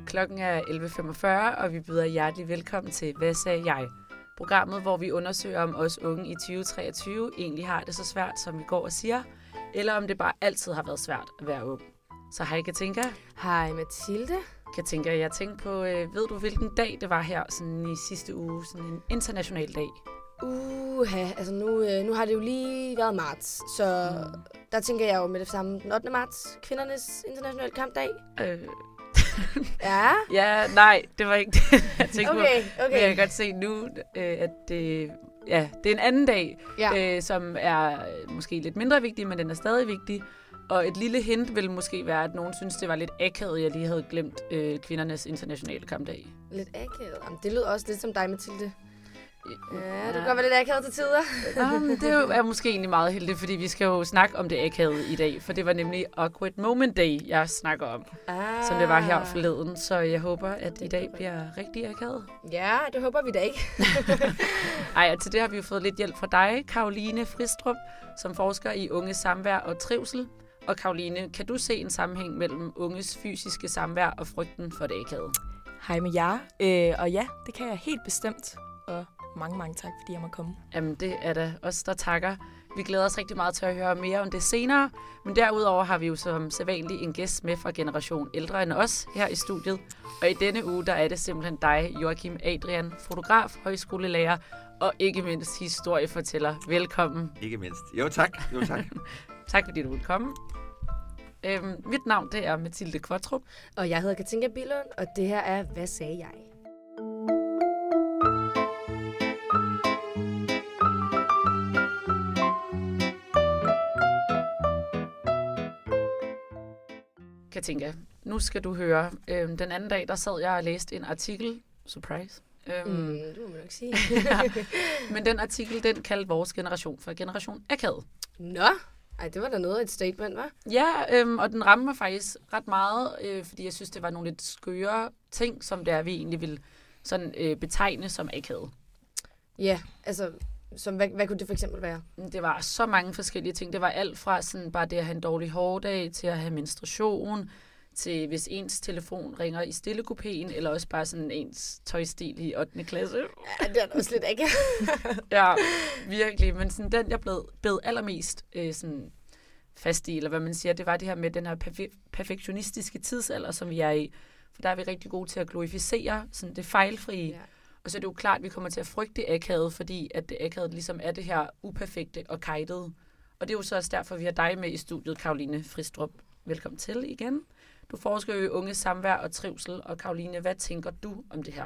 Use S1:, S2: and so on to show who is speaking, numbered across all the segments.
S1: Klokken er 11.45, og vi byder hjertelig velkommen til Hvad sagde jeg? Programmet, hvor vi undersøger, om os unge i 2023 egentlig har det så svært, som vi går og siger, eller om det bare altid har været svært at være ung. Så hej Katinka.
S2: Hej Mathilde.
S1: Katinka, jeg tænkte på, ved du hvilken dag det var her sådan i sidste uge? Sådan en international dag.
S2: Altså nu har det jo lige været marts, så der tænker jeg jo med det samme den 8. marts, kvindernes internationale kampdag. Ja?
S1: Ja, nej, det var ikke det, jeg tænkte på.
S2: Okay.
S1: Men jeg kan godt se nu, at det er en anden dag, som er måske lidt mindre vigtig, men den er stadig vigtig. Og et lille hint ville måske være, at nogen synes, det var lidt akavet, jeg lige havde glemt kvindernes internationale kampdag.
S2: Lidt akavet? Jamen, det lød også lidt som dig, Mathilde. Ja, du kan godt være lidt akavet til tider.
S1: Det er måske egentlig meget heldigt, fordi vi skal jo snakke om det akavede i dag, for det var nemlig Awkward Moment Day, jeg snakker om, som det var her forleden. Så jeg håber, at i dag bliver rigtig akavet.
S2: Ja, det håber vi da ikke.
S1: Ej, og til det har vi jo fået lidt hjælp fra dig, Caroline Fristrup, som forsker i unges samvær og trivsel. Og Caroline, kan du se en sammenhæng mellem unges fysiske samvær og frygten for det akavede?
S3: Hej med jer. Og ja, det kan jeg helt bestemt. Og mange tak, fordi jeg må komme.
S1: Jamen, det er da os, der takker. Vi glæder os rigtig meget til at høre mere om det senere. Men derudover har vi jo som sædvanligt en gæst med fra generation ældre end os her i studiet. Og i denne uge, der er det simpelthen dig, Joachim Adrian, fotograf, højskolelærer og ikke mindst historiefortæller. Velkommen.
S4: Ikke mindst. Jo tak.
S1: Tak fordi du ville komme. Mit navn, det er Mathilde Kvartrup.
S2: Og jeg hedder Katinka Billund, og det her er Hvad sagde jeg?
S1: Katinka, nu skal du høre. Den anden dag, der sad jeg og læste en artikel. Surprise.
S2: Det må man nok sige.
S1: Men den artikel, den kaldte vores generation for generation akavet.
S2: Nå, ej, det var da noget af et statement, hva'?
S1: Ja, og den rammer mig faktisk ret meget, fordi jeg synes, det var nogle lidt skøre ting, som det er, vi egentlig vil sådan, betegne som akavet.
S2: Ja, altså, hvad kunne det for eksempel være?
S1: Det var så mange forskellige ting. Det var alt fra sådan, bare det at have en dårlig hårdag, til at have menstruation, til hvis ens telefon ringer i stillekupéen, eller også bare sådan ens tøjstil i 8. klasse.
S2: Ja, det er da også lidt ikke.
S1: Ja, virkelig. Men sådan, den, jeg bed allermest sådan fast i, eller hvad man siger, det var det her med den her perfektionistiske tidsalder, som vi er i. For der er vi rigtig gode til at glorificere sådan det fejlfrie. Ja. Og så er det jo klart, at vi kommer til at frygte akavet, fordi at det akavet ligesom er det her uperfekte og kajtede. Og det er jo så også derfor, vi har dig med i studiet, Caroline Fristrup. Velkommen til igen. Du forsker jo i unge samvær og trivsel, og Caroline, hvad tænker du om det her?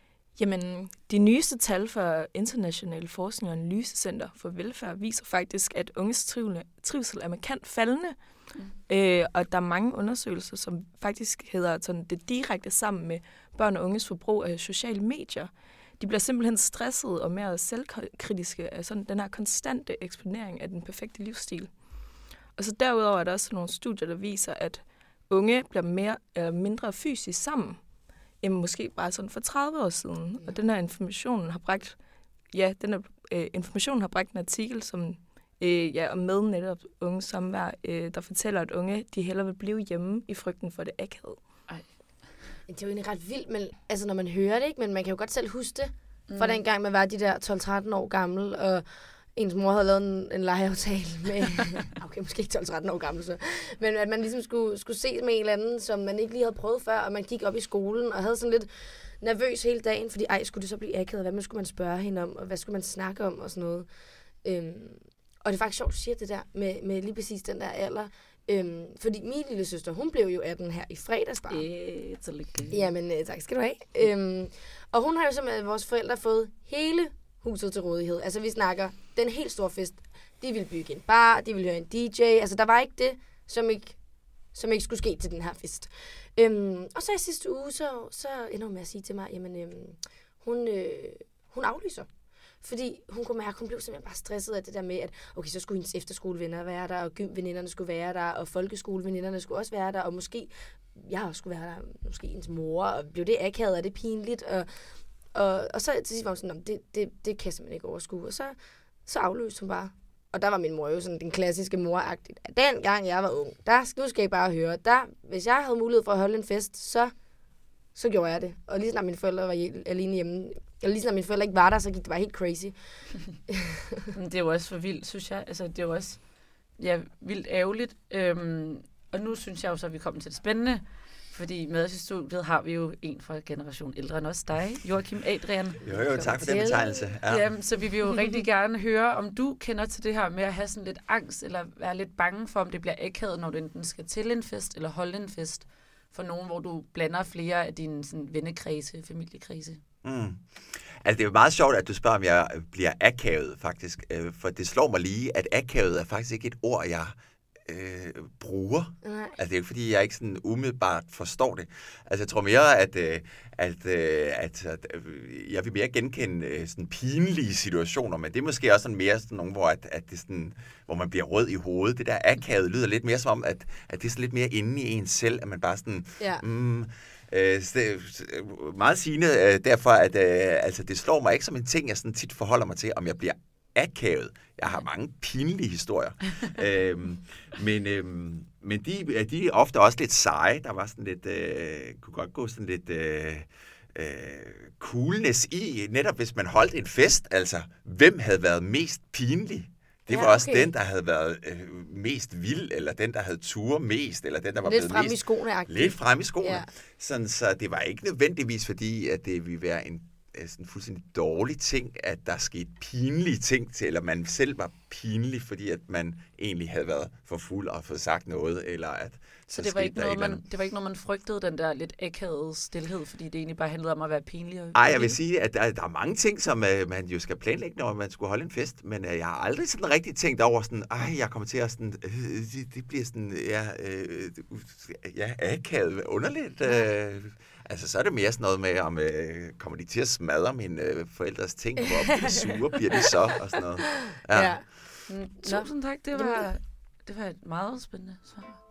S3: Jamen, de nyeste tal fra International Forskning og Analysecenter for Velfærd viser faktisk, at unges trivsel er markant faldende. Og der er mange undersøgelser, som faktisk hedder sådan, det direkte sammen med børn og unges forbrug af sociale medier. De bliver simpelthen stressede og mere selvkritiske af sådan den her konstante eksponering af den perfekte livsstil. Og så derudover er der også nogle studier, der viser, at unge bliver mere eller mindre fysisk sammen, end måske bare sådan for 30 år siden. Og den her information har bragt, informationen har bragt en artikel, som og med netop unge samvær, der fortæller, at unge de hellere vil blive hjemme i frygten for det akavede.
S2: Det er jo egentlig ret vildt, men, altså, når man hører det, ikke? Men man kan jo godt selv huske det, fra den gang man var de der 12-13 år gammel, og ens mor havde lavet en legeaftale med, okay, måske ikke 12-13 år gammel så, men at man ligesom skulle se med en eller anden, som man ikke lige havde prøvet før, og man gik op i skolen og havde sådan lidt nervøs hele dagen, fordi skulle det så blive akavet, hvad skulle man spørge hende om, og hvad skulle man snakke om og sådan noget. Og det er faktisk sjovt, du siger det der med lige præcis den der alder. Fordi min lille søster, hun blev jo 18 her i fredags bare. Jamen, tak skal du have. Og hun har jo som vores forældre fået hele huset til rådighed. Altså, vi snakker den helt store fest. De ville bygge en bar, de ville høre en DJ. Altså, der var ikke det, som ikke skulle ske til den her fest. Og så i sidste uge, så ender hun med at sige til mig, jamen, hun aflyser. Fordi hun kunne mærke, at hun blev simpelthen bare stresset af det der med, at okay, så skulle hendes efterskolevenner være der, og gymveninderne skulle være der, og folkeskoleveninderne skulle også være der, og måske jeg også skulle være der, måske hendes mor, og blev det akavet, er det pinligt, og så til sidst var hun sådan, det kan jeg simpelthen ikke overskue, og så afløste hun bare. Og der var min mor jo sådan den klassiske moragtigt. Dengang jeg var ung, nu skal jeg bare høre, hvis jeg havde mulighed for at holde en fest, så så gjorde jeg det. Og lige snart mine forældre var alene hjemme, eller lige snart mine forældre ikke var der, så gik det bare helt crazy.
S1: Det er jo også for vildt, synes jeg. Altså, det er jo også vildt ærgerligt. Og nu synes jeg jo så, at vi kommer til det spændende. Fordi med os i studiet har vi jo en fra generation ældre end også dig, Joachim Adrian.
S4: Jo, tak for den betegnelse. Ja.
S1: Jamen, så vi vil jo rigtig gerne høre, om du kender til det her med at have sådan lidt angst, eller være lidt bange for, om det bliver akavet, når du enten skal til en fest, eller holde en fest, for nogen, hvor du blander flere af dine sådan, vennekredse, familiekredse.
S4: Altså, det er jo meget sjovt, at du spørger, om jeg bliver akavet, faktisk. For det slår mig lige, at akavet er faktisk ikke et ord, jeg bruger.
S2: Nej.
S4: Altså, det er jo ikke, fordi jeg ikke sådan umiddelbart forstår det. Altså, jeg tror mere, at jeg vil mere genkende sådan pinlige situationer, men det er måske også sådan mere sådan nogle, hvor, at det sådan, hvor man bliver rød i hovedet. Det der akavet lyder lidt mere som om, at det er sådan lidt mere inde i en selv, at man bare sådan...
S2: Ja.
S4: Meget sigende derfor, at altså, det slår mig ikke som en ting, jeg sådan tit forholder mig til, om jeg bliver akavet. Jeg har mange pinlige historier. Men de er ofte også lidt seje. Der var sådan lidt, kunne godt gå sådan lidt coolness i, netop hvis man holdt en fest. Altså, hvem havde været mest pinlig? Det var også den, der havde været mest vild, eller den, der havde turet mest, eller den, der var
S2: lidt
S4: blevet
S2: frem
S4: mest...
S2: i skoene.
S4: Lidt frem i skoene.
S2: Ja.
S4: Sådan, så det var ikke nødvendigvis, fordi at det ville være en sådan fuldstændig dårlig ting, at der skete pinlige ting til, eller man selv var pinlig, fordi at man egentlig havde været for fuld og fået sagt noget, eller at
S1: så det var ikke noget, man frygtede, den der lidt akavede stilhed, fordi det egentlig bare handlede om at være pinlig?
S4: Nej, jeg vil sige, at der er mange ting, som man jo skal planlægge, når man skulle holde en fest, men jeg har aldrig sådan rigtig tænkt over sådan, jeg kommer til at sådan, det bliver sådan, akavet, underligt. Altså, så er det mere sådan noget med, om kommer de til at smadre mine forældres ting, hvor sure bliver de så, og sådan noget. Ja.
S1: Tusind tak, det var et meget spændende svar.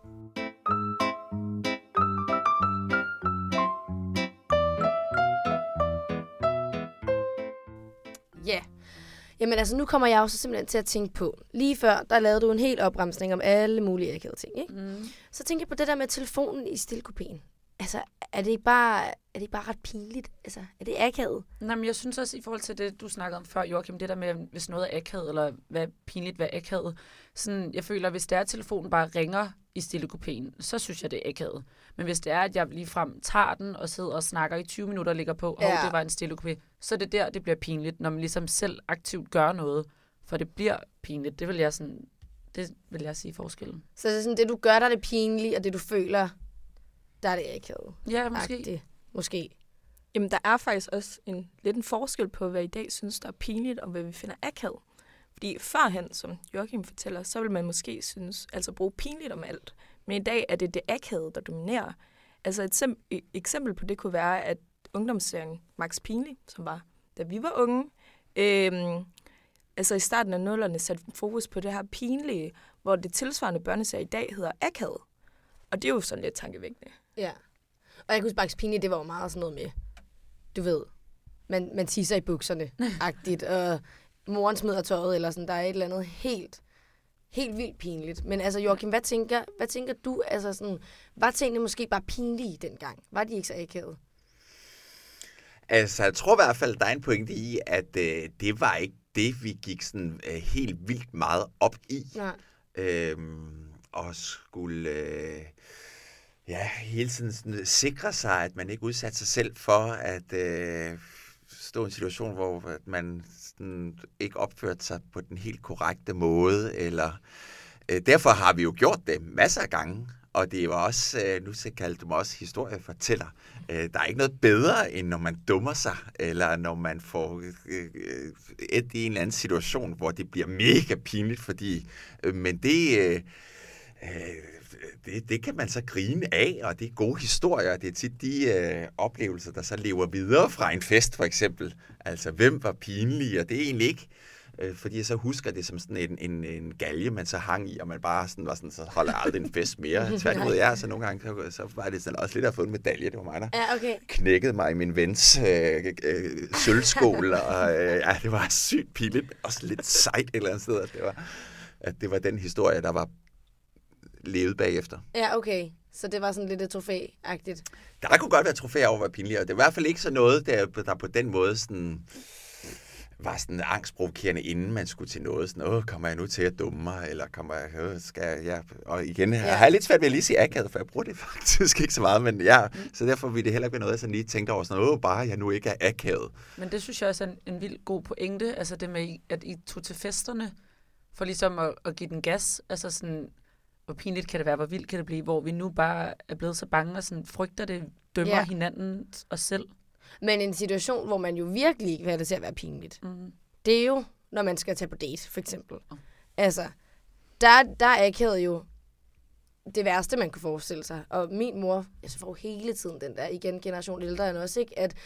S2: Ja. Jamen altså, nu kommer jeg også simpelthen til at tænke på. Lige før, der lavede du en hel opremsning om alle mulige akavede ting, ikke? Så tænker jeg på det der med telefonen i stillekupéen. Altså, er det ikke bare ret pinligt? Altså, er det akavet?
S1: Nej, men jeg synes også, i forhold til det, du snakkede om før, Joachim, det der med, hvis noget er akavet, eller hvad pinligt, hvad er akavet. Sådan, jeg føler, hvis det er, at telefonen bare ringer i stillekupéen, så synes jeg, det er akavet. Men hvis det er, at jeg ligefrem tager den og sidder og snakker i 20 minutter og ligger på, det var en stillekupé, så er det der, det bliver pinligt, når man ligesom selv aktivt gør noget. For det bliver pinligt. Det vil jeg sige forskellen.
S2: Så det er sådan, det du gør, der er det pinligt, og det du føler, der er det akavet.
S1: Ja, måske.
S2: Måske.
S3: Jamen, der er faktisk også lidt en forskel på, hvad I dag synes, der er pinligt, og hvad vi finder akavet. Fordi førhen, som Joachim fortæller, så vil man måske bruge pinligt om alt. Men i dag er det akavet, der dominerer. Altså et eksempel på det kunne være, at ungdomsserien Max Pinlig, som var, da vi var unge, i starten af 00'erne satte fokus på det her pinlige, hvor det tilsvarende børneserie i dag hedder akavet. Og det er jo sådan lidt tankevækkende.
S2: Ja. Og jeg kunne Max Pinlig, det var jo meget sådan noget med, du ved, man tisser i bukserne-agtigt, og moren smider tøjet, eller sådan, der er et eller andet helt vildt pinligt. Men altså, Joachim, hvad tænker du? Altså sådan, var tingene måske bare pinlige dengang? Var de ikke så akavede?
S4: Altså, jeg tror i hvert fald, der er en pointe i, at det var ikke det, vi gik sådan helt vildt meget op i. Nej. Og skulle hele tiden sådan sikre sig, at man ikke udsatte sig selv for at stå i en situation, hvor man sådan ikke opførte sig på den helt korrekte måde. Eller derfor har vi jo gjort det masser af gange. Og det var også, nu kaldte du mig også historiefortæller. Der er ikke noget bedre, end når man dummer sig, eller når man får et i en eller anden situation, hvor det bliver mega pinligt, fordi, men det kan man så grine af, og det er gode historier. Det er tit de oplevelser, der så lever videre fra en fest, for eksempel. Altså, hvem var pinlig, og det er egentlig ikke, fordi jeg så husker det som sådan en galge, man så hang i, og man bare sådan var sådan, så holder jeg aldrig en fest mere. Tværtimod, så nogle gange, så var det sådan også lidt at få en medalje. Det var mig, der knækkede mig i min vens sølvskål, og det var sygt pinligt, men også lidt sejt et eller andet sted, at det var den historie, der var levet bagefter.
S2: Ja, okay. Så det var sådan lidt et trofæ-agtigt.
S4: Der kunne godt være trofæer over at være pinlige, og det er i hvert fald ikke så noget, der på den måde sådan, var sådan angstprovokerende, inden man skulle til noget. Sådan, kommer jeg nu til at dumme mig, eller skal jeg... Og igen, jeg har lidt svært ved at lige sige akavet, for jeg bruger det faktisk ikke så meget, men så derfor vil det heller ikke være noget, jeg sådan lige tænkte over sådan, bare jeg nu ikke er akavet.
S1: Men det synes jeg også er en vild god pointe, altså det med, at I tog til festerne, for ligesom at give den gas, altså sådan, hvor pinligt kan det være, hvor vildt kan det blive, hvor vi nu bare er blevet så bange og sådan frygter det, dømmer hinanden os selv. Men
S2: en situation, hvor man jo virkelig ikke vil have det til at være pinligt, det er jo, når man skal tage på date, for eksempel. Altså, der er akavet jo det værste, man kan forestille sig. Og min mor, jeg får hele tiden den der, igen generation ældre end os, ikke? At,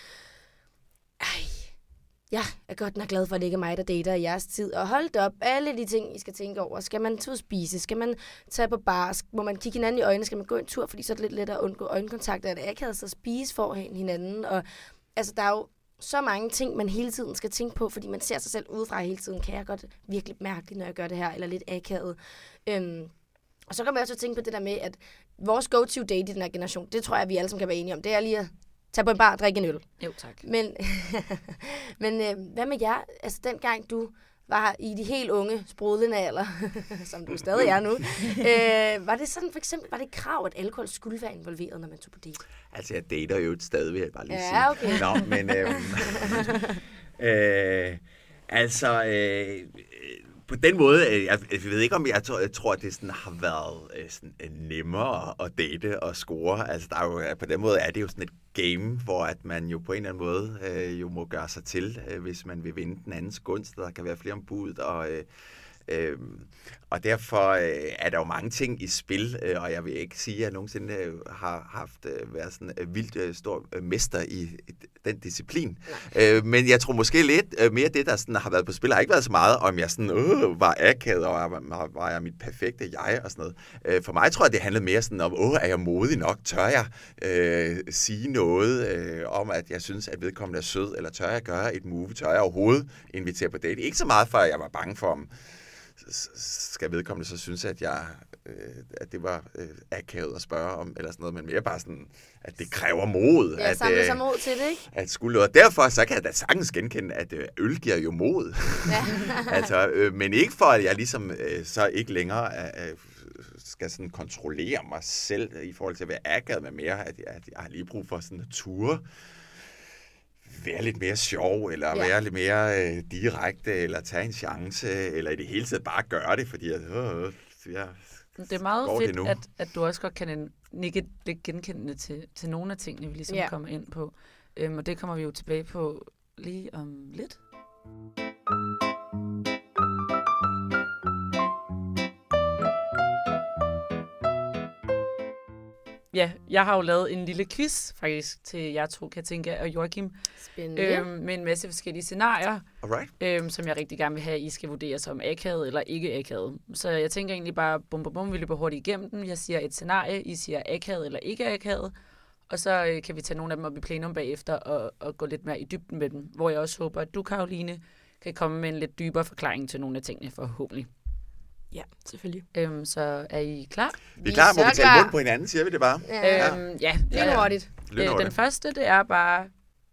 S2: jeg er godt nok glad for, at det ikke er mig, der dater i jeres tid. Og hold op, alle de ting, I skal tænke over. Skal man til at spise? Skal man tage på bar? Må man kigge hinanden i øjnene? Skal man gå en tur? Fordi så er det lidt lettere at undgå øjenkontakt. Er det akavet så spise for hinanden? Og altså, der er jo så mange ting, man hele tiden skal tænke på, fordi man ser sig selv udefra hele tiden. Kan jeg godt virkelig mærke, når jeg gør det her? Eller lidt akavet. Og så kan man også tænke på det der med, at vores go-to-date i den her generation, det tror jeg, vi alle sammen kan være enige om. Det er lige at tage på en bar og drikke en øl.
S1: Jo, tak.
S2: Men hvad med jer? Altså, dengang du var i de helt unge, sprudlende alder, som du stadig er nu, var det sådan for eksempel, var det krav, at alkohol skulle være involveret, når man tog på date?
S4: Altså, jeg dater jo et sted, vil jeg bare lige sige.
S2: Ja, okay.
S4: Nå, men på den måde, jeg ved ikke, om jeg tror, at det sådan har været sådan nemmere at date og score. Altså, der er jo, på den måde er det jo sådan et game, hvor at man jo på en eller anden måde jo må gøre sig til, hvis man vil vinde den andens gunst. Der kan være flere om budet, og derfor er der jo mange ting i spil, og jeg vil ikke sige, at jeg nogensinde har været sådan vildt stor mester i den disciplin. Men jeg tror måske lidt mere det, der sådan har været på spil, har ikke været så meget, om jeg sådan var akavet, og var jeg mit perfekte jeg og sådan noget. For mig tror jeg, det handlede mere sådan om, er jeg modig nok? Tør jeg sige noget om, at jeg synes, at vedkommende er sød, eller tør jeg gøre et move? Tør jeg overhovedet invitere på date? Ikke så meget, for jeg var bange for, om skal vedkommende så synes, at at det var akavet at spørge om, eller sådan noget, men mere bare sådan, at det kræver mod.
S2: Ja, samle sig mod til det, ikke?
S4: At skulle, og derfor så kan jeg da sagtens genkende, at øl giver jo mod. Ja. Altså, men ikke for, at jeg ligesom så ikke længere skal sådan kontrollere mig selv i forhold til at være akavet med mere, at jeg har lige brug for sådan en tur. Være lidt mere sjov, eller være lidt mere direkte, eller tage en chance, eller i det hele taget bare gøre det, fordi
S1: det er meget fedt, at du også godt kan nikke lidt genkendende til nogle af tingene, vi ligesom kommer ind på. Og det kommer vi jo tilbage på lige om lidt. Ja, jeg har jo lavet en lille quiz faktisk til jer to, Katinka og Joachim.
S2: Spændende.
S1: Med en masse forskellige scenarier,
S4: alright.
S1: Som jeg rigtig gerne vil have, at I skal vurdere som akavet eller ikke akavet. Så jeg tænker egentlig bare, vi løber hurtigt igennem dem. Jeg siger et scenarie, I siger akavet eller ikke akavet. Og så kan vi tage nogle af dem op i plenum bagefter og gå lidt mere i dybden med dem. Hvor jeg også håber, at du, Karoline, kan komme med en lidt dybere forklaring til nogle af tingene forhåbentlig.
S3: Ja, selvfølgelig.
S1: Så er I klar?
S4: Vi er klar, må vi tage mund på hinanden, siger vi det bare?
S2: Ja.
S1: Hurtigt. Den første, det er bare,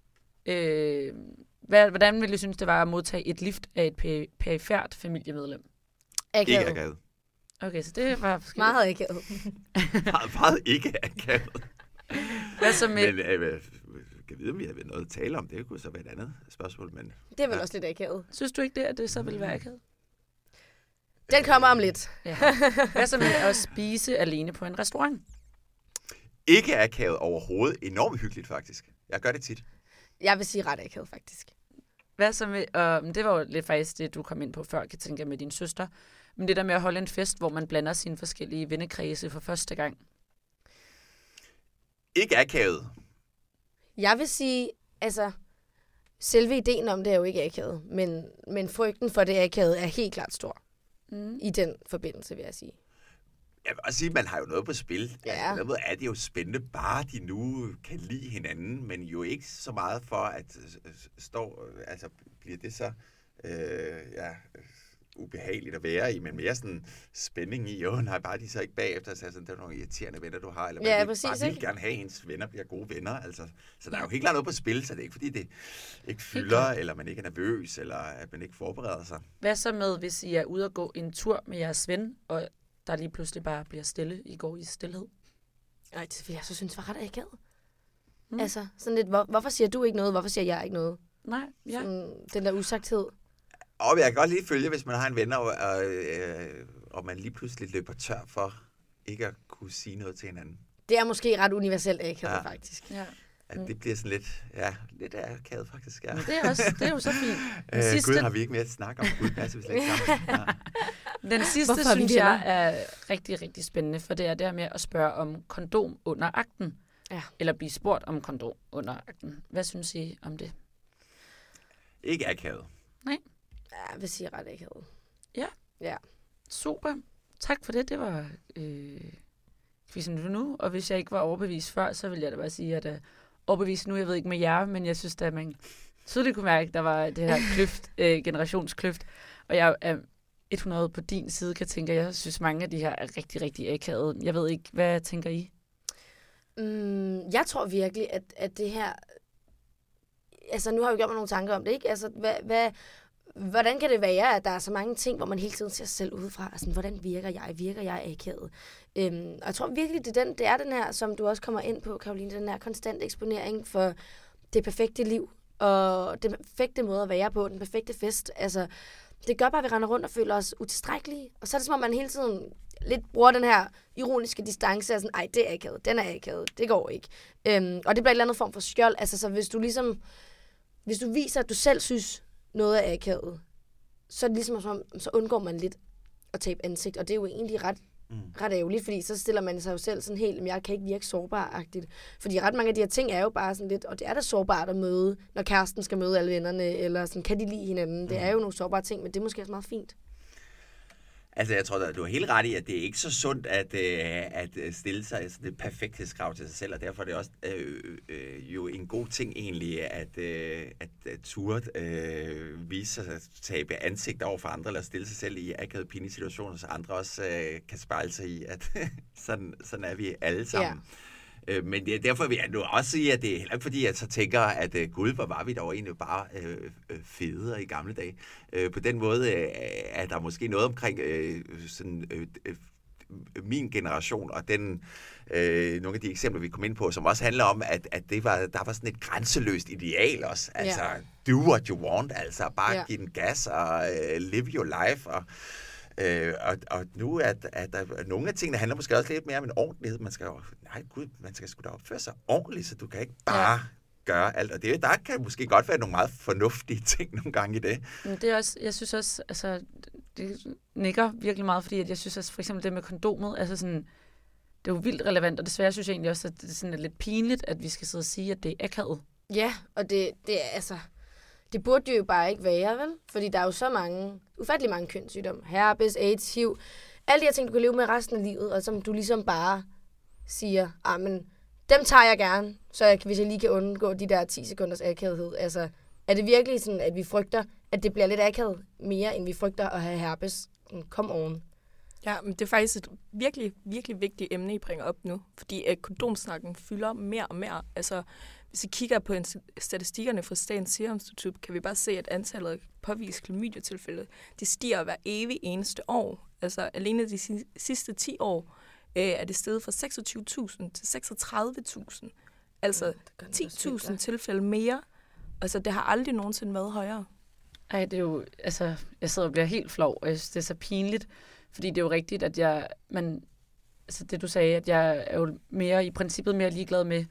S1: hvordan ville I synes, det var at modtage et lift af et perifert familiemedlem?
S2: Akavet.
S4: Ikke akavet.
S1: Okay, så det var forskelligt.
S2: Meget akavet.
S4: meget ikke akavet.
S1: Hvad så med...
S4: Men kan vide, om vi har været noget at tale om? Det kunne så være et andet spørgsmål, men...
S2: Det er vel også lidt akavet.
S1: Synes du ikke det, at det så ville være akavet?
S2: Den kommer om lidt.
S1: Ja. Hvad så med at spise alene på en restaurant?
S4: Ikke akavet overhovedet. Enormt hyggeligt, faktisk. Jeg gør det tit.
S2: Jeg vil sige ret akavet, faktisk.
S1: Hvad så med... det var jo lidt faktisk det, du kom ind på før, Katinka, med din søster. Men det der med at holde en fest, hvor man blander sine forskellige vennekredse for første gang.
S4: Ikke akavet.
S2: Jeg vil sige, altså... Selve ideen om det er jo ikke akavet, men frygten for det akavet er helt klart stor. I den forbindelse, vil jeg sige.
S4: Jeg vil også sige, at man har jo noget på spil.
S2: Ja.
S4: Altså, på den måde er det jo spændende, bare de nu kan lide hinanden, men jo ikke så meget for at stå, altså bliver det så ubehageligt at være i, men mere sådan spænding i, nej, bare de så ikke bagefter, så sådan, det er nogle irriterende venner, du har, eller man bare vil gerne have, ens venner bliver gode venner, altså. Så der er jo helt klart noget på spil, så det er ikke, fordi det ikke fylder, eller man ikke er nervøs, eller at man ikke forbereder sig.
S1: Hvad så med, hvis I er ude at gå en tur med jeres ven, og der lige pludselig bare bliver stille, I går i stillhed?
S2: Nej, det vil jeg så synes var ret akavet. Altså, sådan lidt, hvorfor siger du ikke noget, hvorfor siger jeg ikke noget?
S1: Nej, ja.
S2: Sådan, den der usagthed.
S4: Og jeg kan godt lige følge, hvis man har en ven, og man lige pludselig løber tør for ikke at kunne sige noget til hinanden.
S2: Det er måske ret universelt akavet, faktisk.
S1: Ja.
S4: At det bliver sådan lidt akavet faktisk, ja.
S1: Men det er jo så fint.
S4: Gud, har vi ikke mere at snakke om. Gud, passer vi slet ikke sammen. Ja.
S1: Den sidste, synes jeg, er rigtig, rigtig spændende, for det er det her med at spørge om kondom under akten.
S2: Ja.
S1: Eller blive spurgt om kondom under akten. Hvad synes I om det?
S4: Ikke akavet.
S1: Nej.
S2: Ja, jeg vil sige ret akavet.
S1: Ja. Super. Tak for det. Det var quizzen nu. Og hvis jeg ikke var overbevist før, så ville jeg da bare sige, at overbevist nu, jeg ved ikke med jer, men jeg synes, at man tydeligt kunne mærke, at der var det her generationskløft. Og jeg er 100 på din side, kan tænke, jeg synes, mange af de her er rigtig, rigtig akavede. Jeg ved ikke, hvad tænker I?
S2: Jeg tror virkelig, at det her... Altså, nu har jeg jo gjort mig nogle tanker om det, ikke? Altså, hvordan kan det være, at der er så mange ting, hvor man hele tiden ser sig selv udefra? Altså, hvordan virker jeg? Virker jeg akavet? Og jeg tror virkelig, det er den her, som du også kommer ind på, Karoline, den her konstant eksponering for det perfekte liv, og den perfekte måde at være på, den perfekte fest. Altså, det gør bare, at vi render rundt og føler os utilstrækkelige. Og så er det som om, man hele tiden lidt bruger den her ironiske distance, og sådan, ej, det er akavet, den er akavet, det går ikke. Og det bliver et eller andet form for skjold. Altså, så hvis du viser, at du selv synes, noget er akavet, så er det ligesom, så undgår man lidt at tabe ansigt. Og det er jo egentlig ret ærgerligt, fordi så stiller man sig jo selv sådan helt, jeg kan ikke virke sårbar-agtigt. Fordi ret mange af de her ting er jo bare sådan lidt, og det er da sårbart at møde, når kæresten skal møde alle vennerne, eller sådan, kan de lide hinanden. Det er jo nogle sårbare ting, men det er måske også meget fint.
S4: Altså, jeg tror, du har helt ret i, at det er ikke så sundt at stille sig altså, det perfekthedskrav til sig selv, og derfor er det også jo en god ting egentlig, at turde vise sig at tabe ansigt over for andre, eller stille sig selv i akavede pinlige situationer, så andre også kan spejle sig i, at sådan er vi alle sammen. Ja. Men derfor vil jeg nu også sige, at det er heller ikke fordi, jeg så tænker, at gud, hvor var vi dog egentlig bare federe i gamle dage. På den måde er der måske noget omkring min generation, og den nogle af de eksempler, vi kom ind på, som også handler om, at der var sådan et grænseløst ideal også. Altså, do what you want, altså bare give den gas og live your life, og nu er der nogle af tingene, der handler måske også lidt mere om en ordentlighed. Man skal sgu da opføre sig ordentligt, så du kan ikke bare gøre alt. Og der kan måske godt være nogle meget fornuftige ting nogle gange i det. Men
S1: det er også, jeg synes også, altså, det nikker virkelig meget, fordi at jeg synes også, for eksempel det med kondomet, altså sådan, det er jo vildt relevant, og desværre synes jeg egentlig også, at det sådan er lidt pinligt, at vi skal sidde og sige, at det er akavet.
S2: Ja, og det er altså... Det burde jo bare ikke være, vel? Fordi der er jo så ufattelig mange kønssygdomme. Herpes, AIDS, HIV. Alle de her ting, du kan leve med resten af livet, og som du ligesom bare siger, men dem tager jeg gerne, så hvis jeg lige kan undgå de der 10 sekunders akavethed. Altså, er det virkelig sådan, at vi frygter, at det bliver lidt akavet mere, end vi frygter at have herpes? Kom oven.
S3: Ja, men det er faktisk et virkelig, virkelig vigtigt emne, I bringer op nu. Fordi at kondomsnakken fylder mere og mere. Altså, hvis I kigger på statistikkerne fra Statens Serum Institut, kan vi bare se, at antallet af påviste klamydia-tilfælde, det stiger hver evig eneste år. Altså, alene de sidste 10 år er det steget fra 26.000 til 36.000. Altså, 10.000 tilfælde mere. Altså, det har aldrig nogensinde været højere.
S1: Ej, det er jo, altså, jeg sidder og bliver helt flov, og jeg synes, det er så pinligt. Fordi det er jo rigtigt, at altså det du sagde, at jeg er jo i princippet mere ligeglad med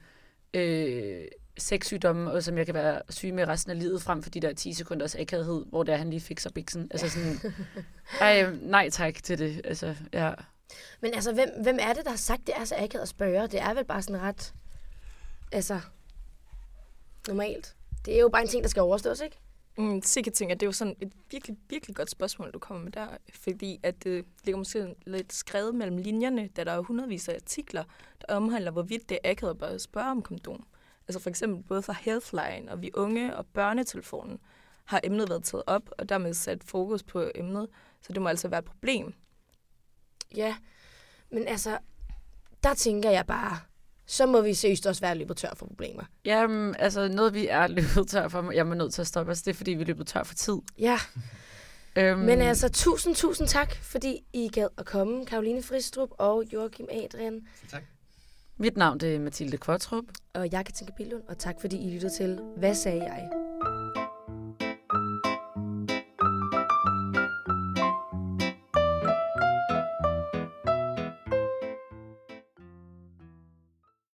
S1: sexsygdomme, og som jeg kan være syg med resten af livet, frem for de der 10 sekunders akavethed, hvor der han lige fikser biksen. Altså sådan, nej tak til det. Altså, ja.
S2: Men altså, hvem er det, der har sagt, det er så akavet at spørge? Det er vel bare sådan ret, altså, normalt. Det er jo bare en ting, der skal overstås, ikke?
S3: Sikkert ting, at det er jo sådan et virkelig, virkelig godt spørgsmål, du kommer med der, fordi at det ligger måske lidt skrevet mellem linjerne, da der er hundredvis af artikler, der omhandler, hvorvidt det er akavet at spørge om kondom. Altså for eksempel både fra Healthline og Vi Unge og Børnetelefonen har emnet været taget op, og dermed sat fokus på emnet. Så det må altså være et problem.
S2: Ja, men altså, der tænker jeg bare, så må vi seriøst også være løbet tør for problemer.
S1: Jamen, altså noget vi er løbet tør for, jeg er nødt til at stoppe os, det er fordi vi er løbet tør for tid.
S2: Ja, men altså tusind tak, fordi I gad at komme, Caroline Fristrup og Joachim Adrian.
S4: Tak.
S1: Mit navn det er Mathilde Kvartrup.
S2: Og jeg, Katinka Billund, og tak fordi I lyttede til Hvad sagde jeg?